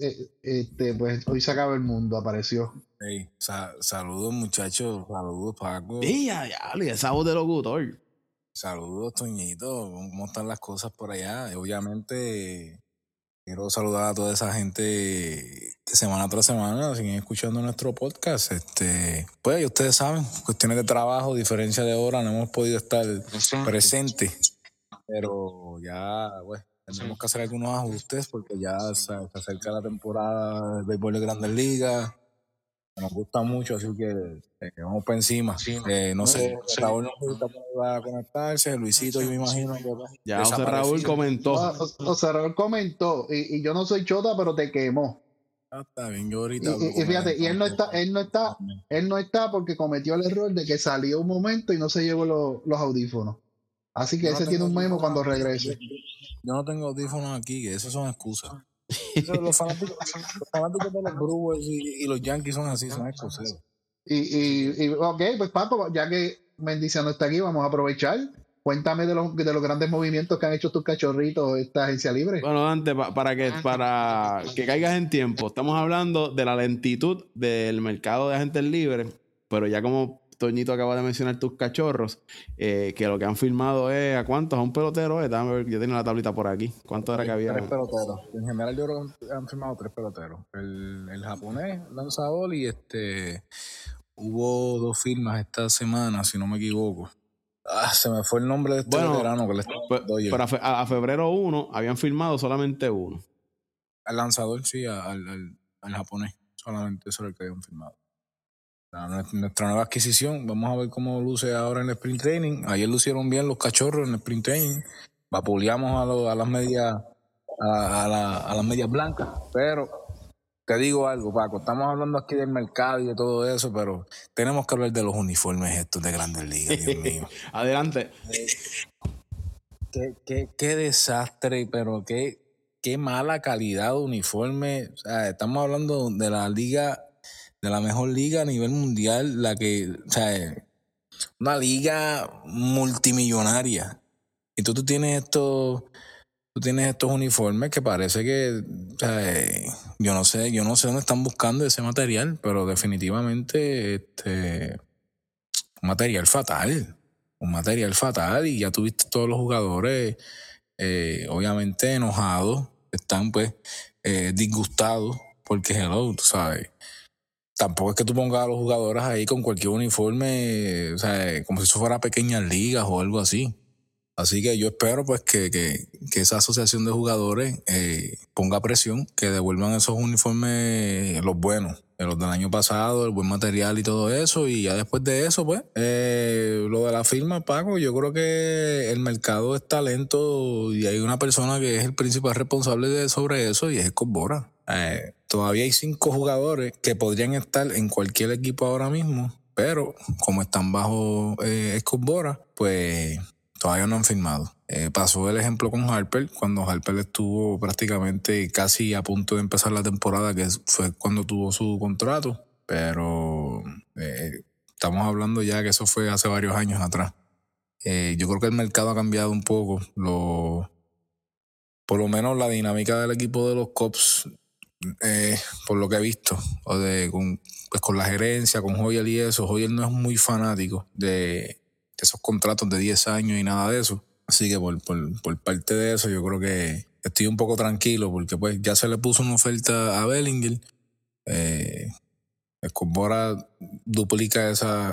Pues hoy se acaba el mundo, apareció. Hey, saludos muchachos, saludos Paco. Ya, esa voz de locutor. Saludos Toñito, ¿cómo están las cosas por allá? Obviamente quiero saludar a toda esa gente que semana tras semana siguen escuchando nuestro podcast. Pues ya ustedes saben, cuestiones de trabajo, diferencia de hora, no hemos podido estar presentes, pero ya, pues, tenemos que hacer algunos ajustes porque ya se acerca la temporada del béisbol de Grandes Ligas. Nos gusta mucho, así que vamos para encima. No sé, Raúl no va a conectarse, Luisito yo me imagino que ya José Raúl comentó. José Raúl comentó, y yo no soy chota, pero te quemó. Está bien, yo ahorita y fíjate, y él no está porque cometió el error de que salió un momento y no se llevó los audífonos. Así que ese tiene un memo cuando regrese. Yo no tengo audífonos aquí, que esas son excusas. Los fanáticos de los Brewers y los Yankees son así, son excusas. Ok, pues Paco, ya que Mendicia no está aquí, vamos a aprovechar. Cuéntame de los grandes movimientos que han hecho tus cachorritos esta agencia libre. Bueno, antes, para que caigas en tiempo, estamos hablando de la lentitud del mercado de agentes libres, pero ya como Toñito acaba de mencionar tus cachorros, que lo que han firmado es ¿a cuántos? A un pelotero, déjame ver, yo tenía la tablita por aquí. ¿Cuánto era que había? 3 peloteros. En general yo creo que han firmado 3 peloteros. El japonés, lanzador, y hubo 2 firmas esta semana, si no me equivoco. Se me fue el nombre de este veterano que le doy. Pero a febrero 1 habían firmado solamente uno. Al lanzador, sí, al japonés. Solamente eso era el que habían firmado. Nuestra nueva adquisición, vamos a ver cómo luce ahora en el sprint training. Ayer lucieron bien los cachorros en el sprint training. Vapuleamos a las medias blancas, pero Te digo algo, Paco, estamos hablando aquí del mercado y de todo eso, pero tenemos que hablar de los uniformes estos de Grandes Ligas, Dios mío. Adelante. Qué desastre, pero qué mala calidad de uniforme. O sea, estamos hablando de la liga, de la mejor liga a nivel mundial, o sea, una liga multimillonaria. Y tú tienes estos uniformes que parece que, o sea, yo no sé dónde están buscando ese material, pero definitivamente un material fatal, y ya tuviste todos los jugadores obviamente enojados, están pues disgustados porque hello, tú sabes. Tampoco es que tú pongas a los jugadores ahí con cualquier uniforme, o sea, como si eso fuera pequeñas ligas o algo así. Así que yo espero pues que esa asociación de jugadores ponga presión, que devuelvan esos uniformes, los buenos, los del año pasado, el buen material y todo eso. Y ya después de eso, pues, lo de la firma, Paco, yo creo que el mercado está lento y hay una persona que es el principal responsable sobre eso, y es Scott Boras. Todavía hay 5 jugadores que podrían estar en cualquier equipo ahora mismo, pero como están bajo Scott Boras, pues todavía no han firmado. Pasó el ejemplo con Harper, cuando Harper estuvo prácticamente casi a punto de empezar la temporada, que fue cuando tuvo su contrato, pero estamos hablando ya que eso fue hace varios años atrás. Yo creo que el mercado ha cambiado un poco. Por lo menos la dinámica del equipo de los Cubs, por lo que he visto, con la gerencia, con Hoyer y eso. Hoyer no es muy fanático de esos contratos de 10 años y nada de eso. Así que por parte de eso yo creo que estoy un poco tranquilo, porque pues ya se le puso una oferta a Bellinger. Scott Boras duplica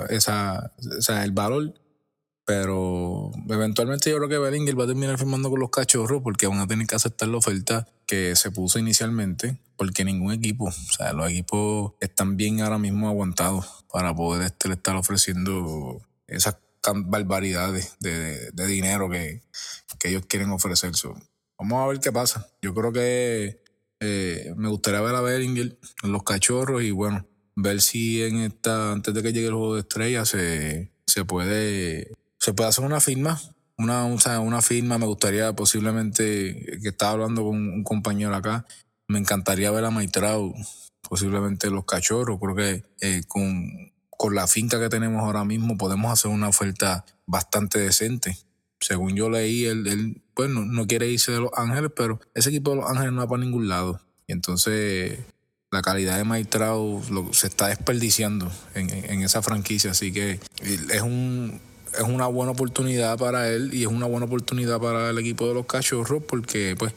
el valor, pero eventualmente yo creo que Bellinger va a terminar firmando con los Cachorros, porque van a tener que aceptar la oferta que se puso inicialmente, porque ningún equipo, o sea, los equipos están bien ahora mismo aguantados para poder estar ofreciendo esas barbaridades de dinero que ellos quieren ofrecer. Vamos a ver qué pasa. Yo creo que me gustaría ver a Bellinger en los Cachorros, y bueno, ver si antes de que llegue el juego de estrellas se puede hacer una firma. Una firma. Me gustaría posiblemente, que estaba hablando con un compañero acá, me encantaría ver a Mike Trout posiblemente en los Cachorros. Creo que con la finca que tenemos ahora mismo podemos hacer una oferta bastante decente. Según yo leí, él pues no quiere irse de Los Ángeles, pero ese equipo de Los Ángeles no va para ningún lado. Y entonces la calidad de Mike Trout se está desperdiciando en esa franquicia. Así que es una buena oportunidad para él, y es una buena oportunidad para el equipo de los Cachorros, porque pues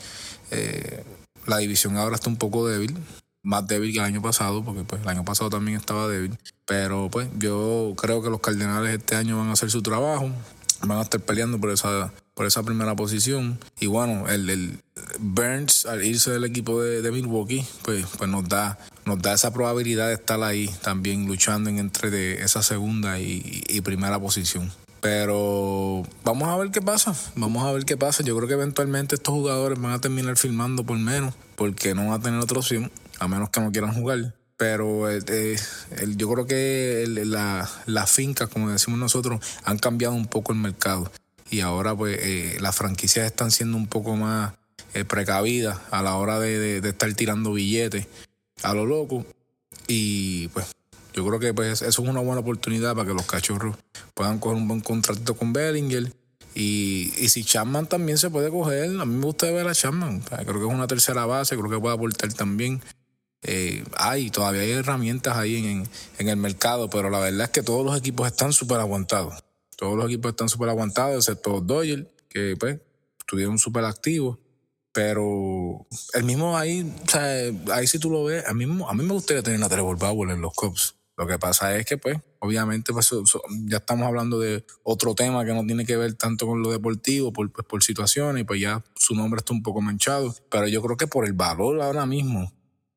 la división ahora está un poco débil, más débil que el año pasado, porque pues el año pasado también estaba débil. Pero pues yo creo que los Cardenales este año van a hacer su trabajo, van a estar peleando por esa primera posición. Y bueno, el Burns, al irse del equipo de Milwaukee, pues nos da esa probabilidad de estar ahí también luchando entre esa segunda y primera posición. Pero vamos a ver qué pasa. Yo creo que eventualmente estos jugadores van a terminar firmando por menos, porque no van a tener otra opción, a menos que no quieran jugar. Pero yo creo que las fincas, como decimos nosotros, han cambiado un poco el mercado. Y ahora pues las franquicias están siendo un poco más precavidas a la hora de estar tirando billetes a lo loco. Y pues yo creo que pues eso es una buena oportunidad para que los Cachorros puedan coger un buen contrato con Bellinger. Y si Chapman también se puede coger, a mí me gusta ver a Chapman. Creo que es una tercera base, creo que puede aportar también. Todavía hay herramientas ahí en el mercado, pero la verdad es que todos los equipos están súper aguantados. Excepto los Dodgers, que pues estuvieron súper activos. Pero el mismo ahí, o sea, ahí si tú lo ves, a mí me gustaría tener a Trevor Bauer en los Cubs. Lo que pasa es que pues obviamente pues ya estamos hablando de otro tema que no tiene que ver tanto con lo deportivo, por situaciones, y pues ya su nombre está un poco manchado. Pero yo creo que por el valor ahora mismo,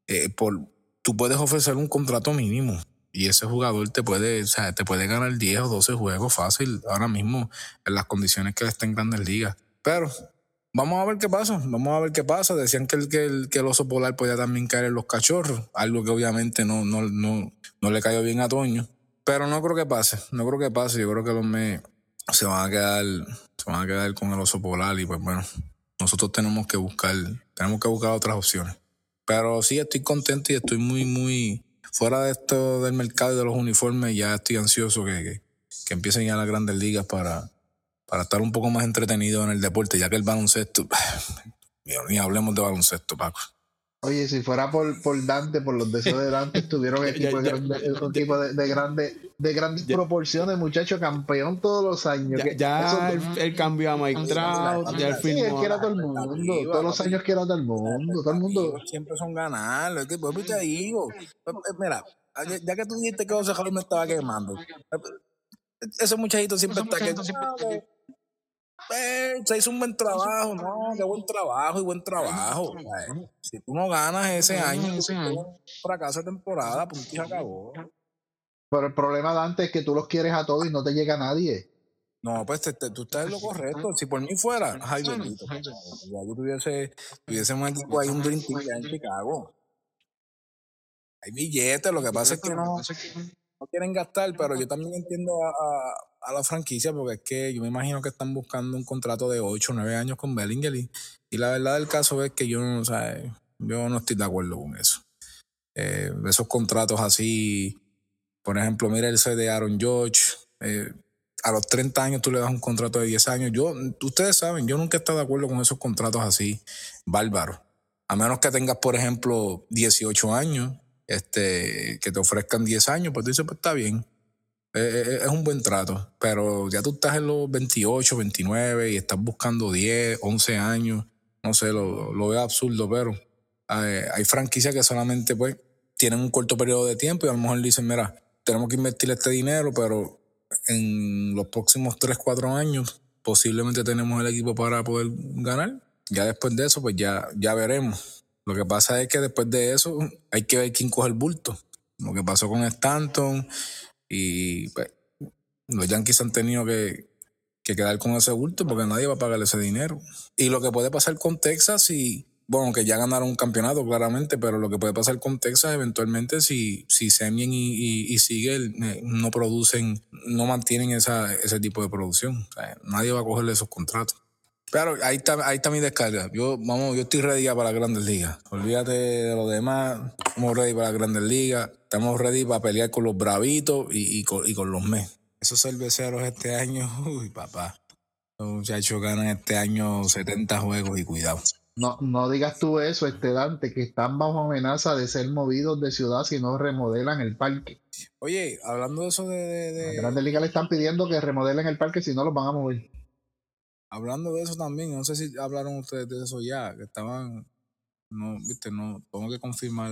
tú puedes ofrecer un contrato mínimo, y ese jugador te puede ganar 10 o 12 juegos fácil ahora mismo en las condiciones que él está en Grandes Ligas. Pero Vamos a ver qué pasa. Decían que el oso polar podía también caer en los cachorros, algo que obviamente no le cayó bien a Toño. Pero no creo que pase. Yo creo que los Mets se van a quedar con el oso polar y pues bueno, nosotros tenemos que buscar otras opciones. Pero sí, estoy contento y estoy muy, muy fuera de esto del mercado y de los uniformes. Ya estoy ansioso que empiecen ya las grandes ligas para estar un poco más entretenido en el deporte, ya que el baloncesto, ni hablemos de baloncesto, Paco. Oye, si fuera por Dante, por los deseos de Dante, estuvieron un equipo de grandes proporciones, muchacho, campeón todos los años. Él cambió a Mike Trout, ya él Sí, él firmó. quiere a todo el mundo, todos los años quiere a todo el mundo. Siempre son ganar, es que pues te digo, mira, ya que tú dijiste que José Javier me estaba quemando, ese muchachito siempre está que se hizo un buen trabajo, no, qué buen trabajo. Si tú no ganas ese año, un fracaso de temporada, punto y se acabó. Pero el problema, Dante, es que tú los quieres a todos y no te llega a nadie. No, pues tú estás en lo correcto. Si por mí fuera, ay, bendito. Ya yo tuviese un equipo ahí, un Dream Team en Chicago. Hay billetes, lo que pasa es que no quieren gastar, pero yo también entiendo a la franquicia, porque es que yo me imagino que están buscando un contrato de 8 o 9 años con Bellinger y la verdad del caso es que yo no estoy de acuerdo con eso. Esos contratos así, por ejemplo, mira el de Aaron Judge, a los 30 años tú le das un contrato de 10 años. Ustedes saben, yo nunca he estado de acuerdo con esos contratos así, bárbaros. A menos que tengas, por ejemplo, 18 años, que te ofrezcan 10 años, pues tú dices, pues está bien. Es un buen trato, pero ya tú estás en los 28, 29 y estás buscando 10, 11 años, no sé, lo veo absurdo, pero hay franquicias que solamente pues tienen un corto periodo de tiempo y a lo mejor dicen, mira, tenemos que invertir este dinero, pero en los próximos 3, 4 años posiblemente tenemos el equipo para poder ganar. Ya después de eso, pues ya veremos. Lo que pasa es que después de eso hay que ver quién coge el bulto. Lo que pasó con Stanton y pues, los Yankees han tenido que quedar con ese bulto porque nadie va a pagar ese dinero. Y lo que puede pasar con Texas, bueno, que ya ganaron un campeonato claramente, pero lo que puede pasar con Texas eventualmente si Semien y Siegel no mantienen ese tipo de producción. O sea, nadie va a cogerle esos contratos. Pero ahí está mi descarga. Yo estoy ready ya para las Grandes Ligas. Olvídate de lo demás. Estamos ready para las Grandes Ligas. Estamos ready para pelear con los bravitos y con los Mets. Esos cerveceros este año, uy, papá. Los muchachos ganan este año 70 juegos y cuidado. No digas tú eso, Dante, que están bajo amenaza de ser movidos de ciudad si no remodelan el parque. Oye, hablando de eso Las Grandes Ligas le están pidiendo que remodelen el parque si no los van a mover. Hablando de eso también, no sé si hablaron ustedes de eso ya, que estaban, no, tengo que confirmar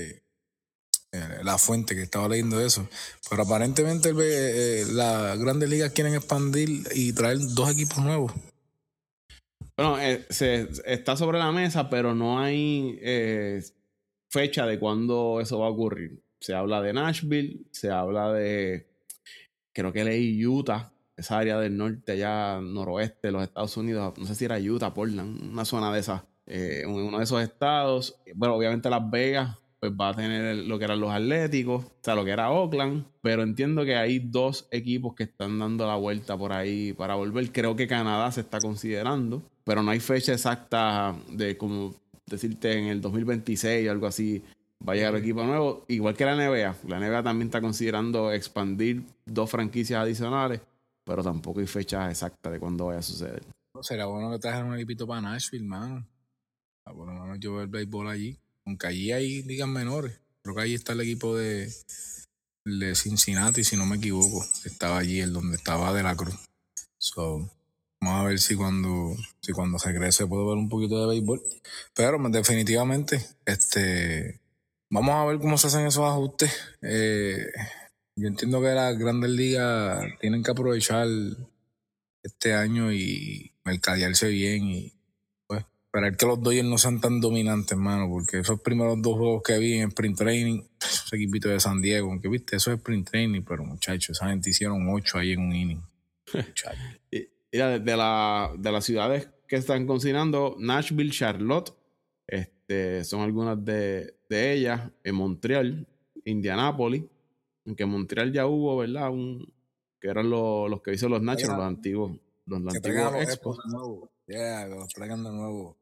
la fuente que estaba leyendo eso, pero aparentemente las Grandes Ligas quieren expandir y traer 2 equipos nuevos. Bueno, está sobre la mesa, pero no hay fecha de cuándo eso va a ocurrir. Se habla de Nashville, se habla de, creo que leí Utah, esa área del norte, allá noroeste de los Estados Unidos, no sé si era Utah, Portland, una zona de esas, uno de esos estados. Bueno, obviamente Las Vegas pues va a tener lo que eran los Atléticos, o sea, lo que era Oakland, pero entiendo que hay 2 equipos que están dando la vuelta por ahí para volver. Creo que Canadá se está considerando, pero no hay fecha exacta de como decirte en el 2026 o algo así va a llegar el equipo nuevo, igual que la NBA. La NBA también está considerando expandir 2 franquicias adicionales, pero tampoco hay fecha exacta de cuándo vaya a suceder. Será bueno que trajeran un equipito para Nashville, man. Por lo menos yo veo el béisbol allí. Aunque allí hay ligas menores. Creo que allí está el equipo de Cincinnati, si no me equivoco. Estaba allí, el donde estaba De La Cruz. Vamos a ver si cuando regrese puedo ver un poquito de béisbol. Pero definitivamente, vamos a ver cómo se hacen esos ajustes. Yo entiendo que las Grandes Ligas tienen que aprovechar este año y mercadearse bien y pues esperar que los Dodgers no sean tan dominantes, hermano, porque esos primeros 2 juegos que vi en Sprint Training, ese equipito de San Diego, aunque viste, eso es Sprint Training, pero muchachos, esa gente hicieron 8 ahí en un inning. Mira, de las ciudades que están considerando: Nashville, Charlotte, son algunas de ellas, en Montreal, Indianápolis, aunque en Montreal ya hubo, ¿verdad? Que eran los que hizo los Nationals, los antiguos Que traigan a los Expos. Expos de nuevo. Que los traigan de nuevo.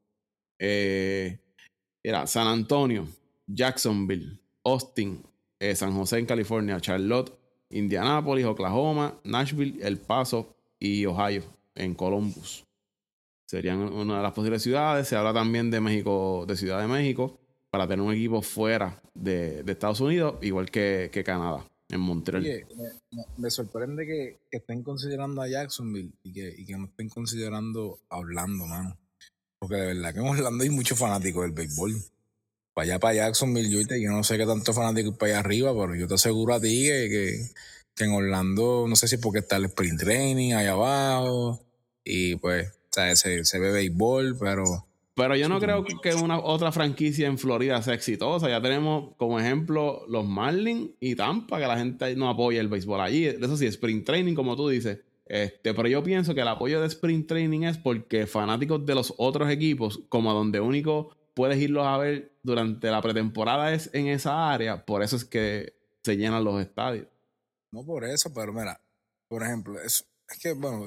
Era San Antonio, Jacksonville, Austin, San José en California, Charlotte, Indianápolis, Oklahoma, Nashville, El Paso y Ohio en Columbus. Serían una de las posibles ciudades. Se habla también de México, de Ciudad de México, para tener un equipo fuera de Estados Unidos, igual que Canadá, en Montreal. Oye, me sorprende que estén considerando a Jacksonville y que no estén considerando a Orlando, mano. Porque de verdad que en Orlando hay muchos fanáticos del béisbol. Para allá, para Jacksonville, yo no sé qué tanto fanático hay para allá arriba, pero yo te aseguro a ti que en Orlando, no sé si porque está el sprint training allá abajo, y pues, o sea, se ve béisbol, Pero yo no creo que una otra franquicia en Florida sea exitosa. Ya tenemos como ejemplo los Marlins y Tampa, que la gente no apoya el béisbol allí. Eso sí, sprint training, como tú dices. Pero yo pienso que el apoyo de sprint training es porque fanáticos de los otros equipos, como donde único puedes irlos a ver durante la pretemporada es en esa área, por eso es que se llenan los estadios. No por eso, pero mira, por ejemplo, es que, bueno,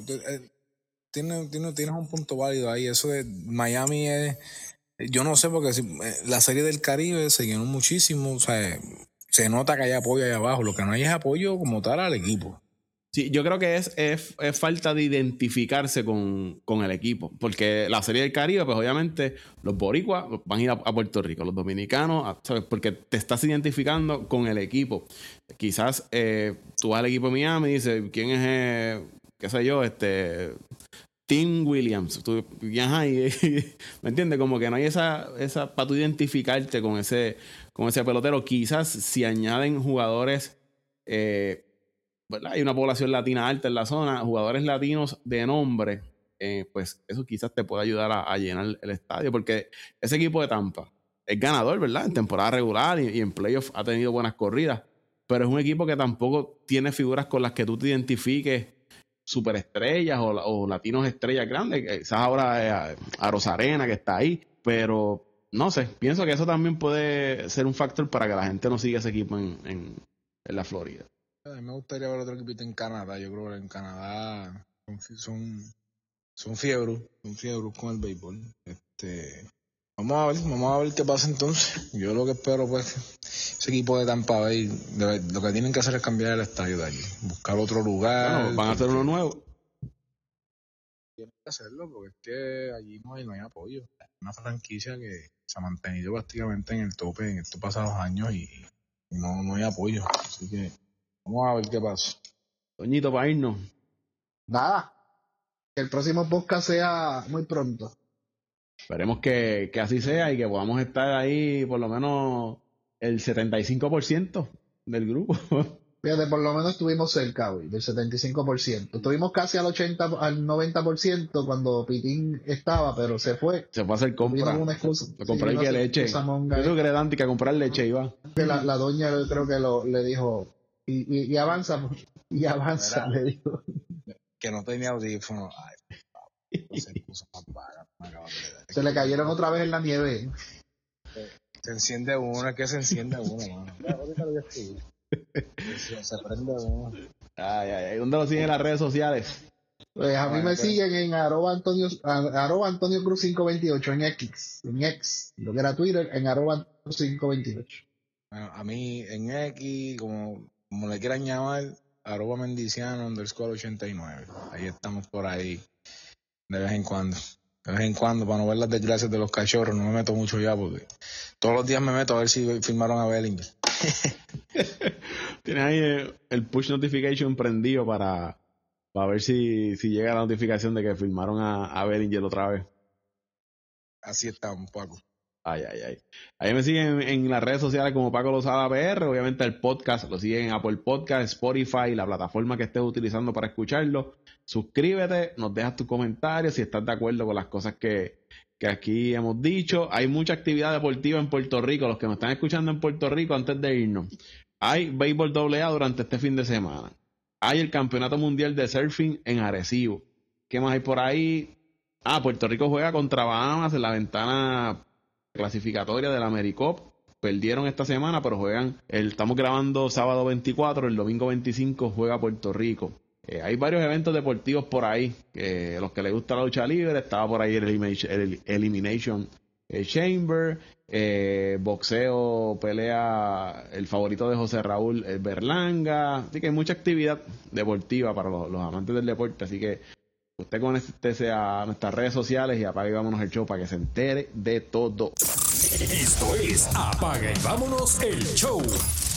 tienes un punto válido ahí. Eso de Miami es, yo no sé, porque la Serie del Caribe se llenó muchísimo, o sea, se nota que hay apoyo ahí abajo, lo que no hay es apoyo como tal al equipo. Sí, yo creo que es falta de identificarse con el equipo, porque la Serie del Caribe, pues obviamente los boricuas van a ir a Puerto Rico, los dominicanos, ¿sabes? Porque te estás identificando con el equipo. Quizás tú vas al equipo de Miami y dices, ¿quién es, qué sé yo, Tim Williams? Tú, ¿me entiendes? Como que no hay esa para tú identificarte con ese pelotero. Quizás si añaden jugadores, ¿verdad? Hay una población latina alta en la zona, jugadores latinos de nombre, pues eso quizás te puede ayudar a llenar el estadio, porque ese equipo de Tampa es ganador, ¿verdad? En temporada regular y en playoff ha tenido buenas corridas, pero es un equipo que tampoco tiene figuras con las que tú te identifiques, superestrellas o latinos estrellas grandes. Quizás ahora a Rosarena, que está ahí, pero no sé, pienso que eso también puede ser un factor para que la gente no siga ese equipo en la Florida. A mí me gustaría ver otro equipito en Canadá. Yo creo que en Canadá son fiebros con el béisbol. Vamos a ver qué pasa entonces. Yo lo que espero, pues, ese equipo de Tampa Bay, lo que tienen que hacer es cambiar el estadio de allí, buscar otro lugar. Bueno, van a hacer uno nuevo. Tienen que hacerlo porque es que allí no hay apoyo. Es una franquicia que se ha mantenido prácticamente en el tope en estos pasados años y no hay apoyo. Así que vamos a ver qué pasa. Toñito, para irnos. Nada. Que el próximo podcast sea muy pronto. Esperemos que así sea y que podamos estar ahí por lo menos el 75% del grupo. Fíjate, por lo menos estuvimos cerca hoy, del 75%. Estuvimos casi al 90% cuando Pitín estaba, pero se fue. Se fue a hacer compra. Una excusa. A comprar leche. Yo creo que era Dante que a comprar leche iba. La doña creo que le dijo, y avanza, le dijo. Que no tenía audífono. Se le cayeron otra vez en la nieve. Se enciende uno, es que se enciende uno, mano. Se prende uno. Ay. ¿Dónde lo siguen en las redes sociales? Pues a mí me siguen en @Antonio Cruz 528 en X, lo que era Twitter, en @Antonio 528. Bueno, a mí en X, como le quieran llamar, @Mendiciano_89. Ahí estamos por ahí de vez en cuando. De vez en cuando, para no ver las desgracias de los cachorros, no me meto mucho ya porque todos los días me meto a ver si firmaron a Bellinger. Tienes ahí el push notification prendido para ver si llega la notificación de que firmaron a Bellinger otra vez. Así estamos, Paco. Ay. Ahí me siguen en las redes sociales como Paco Lozada PR. Obviamente el podcast lo siguen en Apple Podcast, Spotify, la plataforma que estés utilizando para escucharlo. Suscríbete, nos dejas tus comentarios si estás de acuerdo con las cosas que aquí hemos dicho. Hay mucha actividad deportiva en Puerto Rico. Los que nos están escuchando en Puerto Rico, antes de irnos, hay béisbol AA durante este fin de semana. Hay el Campeonato Mundial de Surfing en Arecibo. ¿Qué más hay por ahí? Puerto Rico juega contra Bahamas en la ventana clasificatoria de la AmeriCup. Perdieron esta semana, pero estamos grabando sábado 24, el domingo 25 juega Puerto Rico. Hay varios eventos deportivos por ahí, los que les gusta la lucha libre, estaba por ahí el Elimination Chamber, boxeo, pelea, el favorito de José Raúl, el Berlanga, así que hay mucha actividad deportiva para los amantes del deporte, así que usted conéctese a nuestras redes sociales y apague y vámonos el show para que se entere de todo. Esto es Apaga y Vámonos el Show.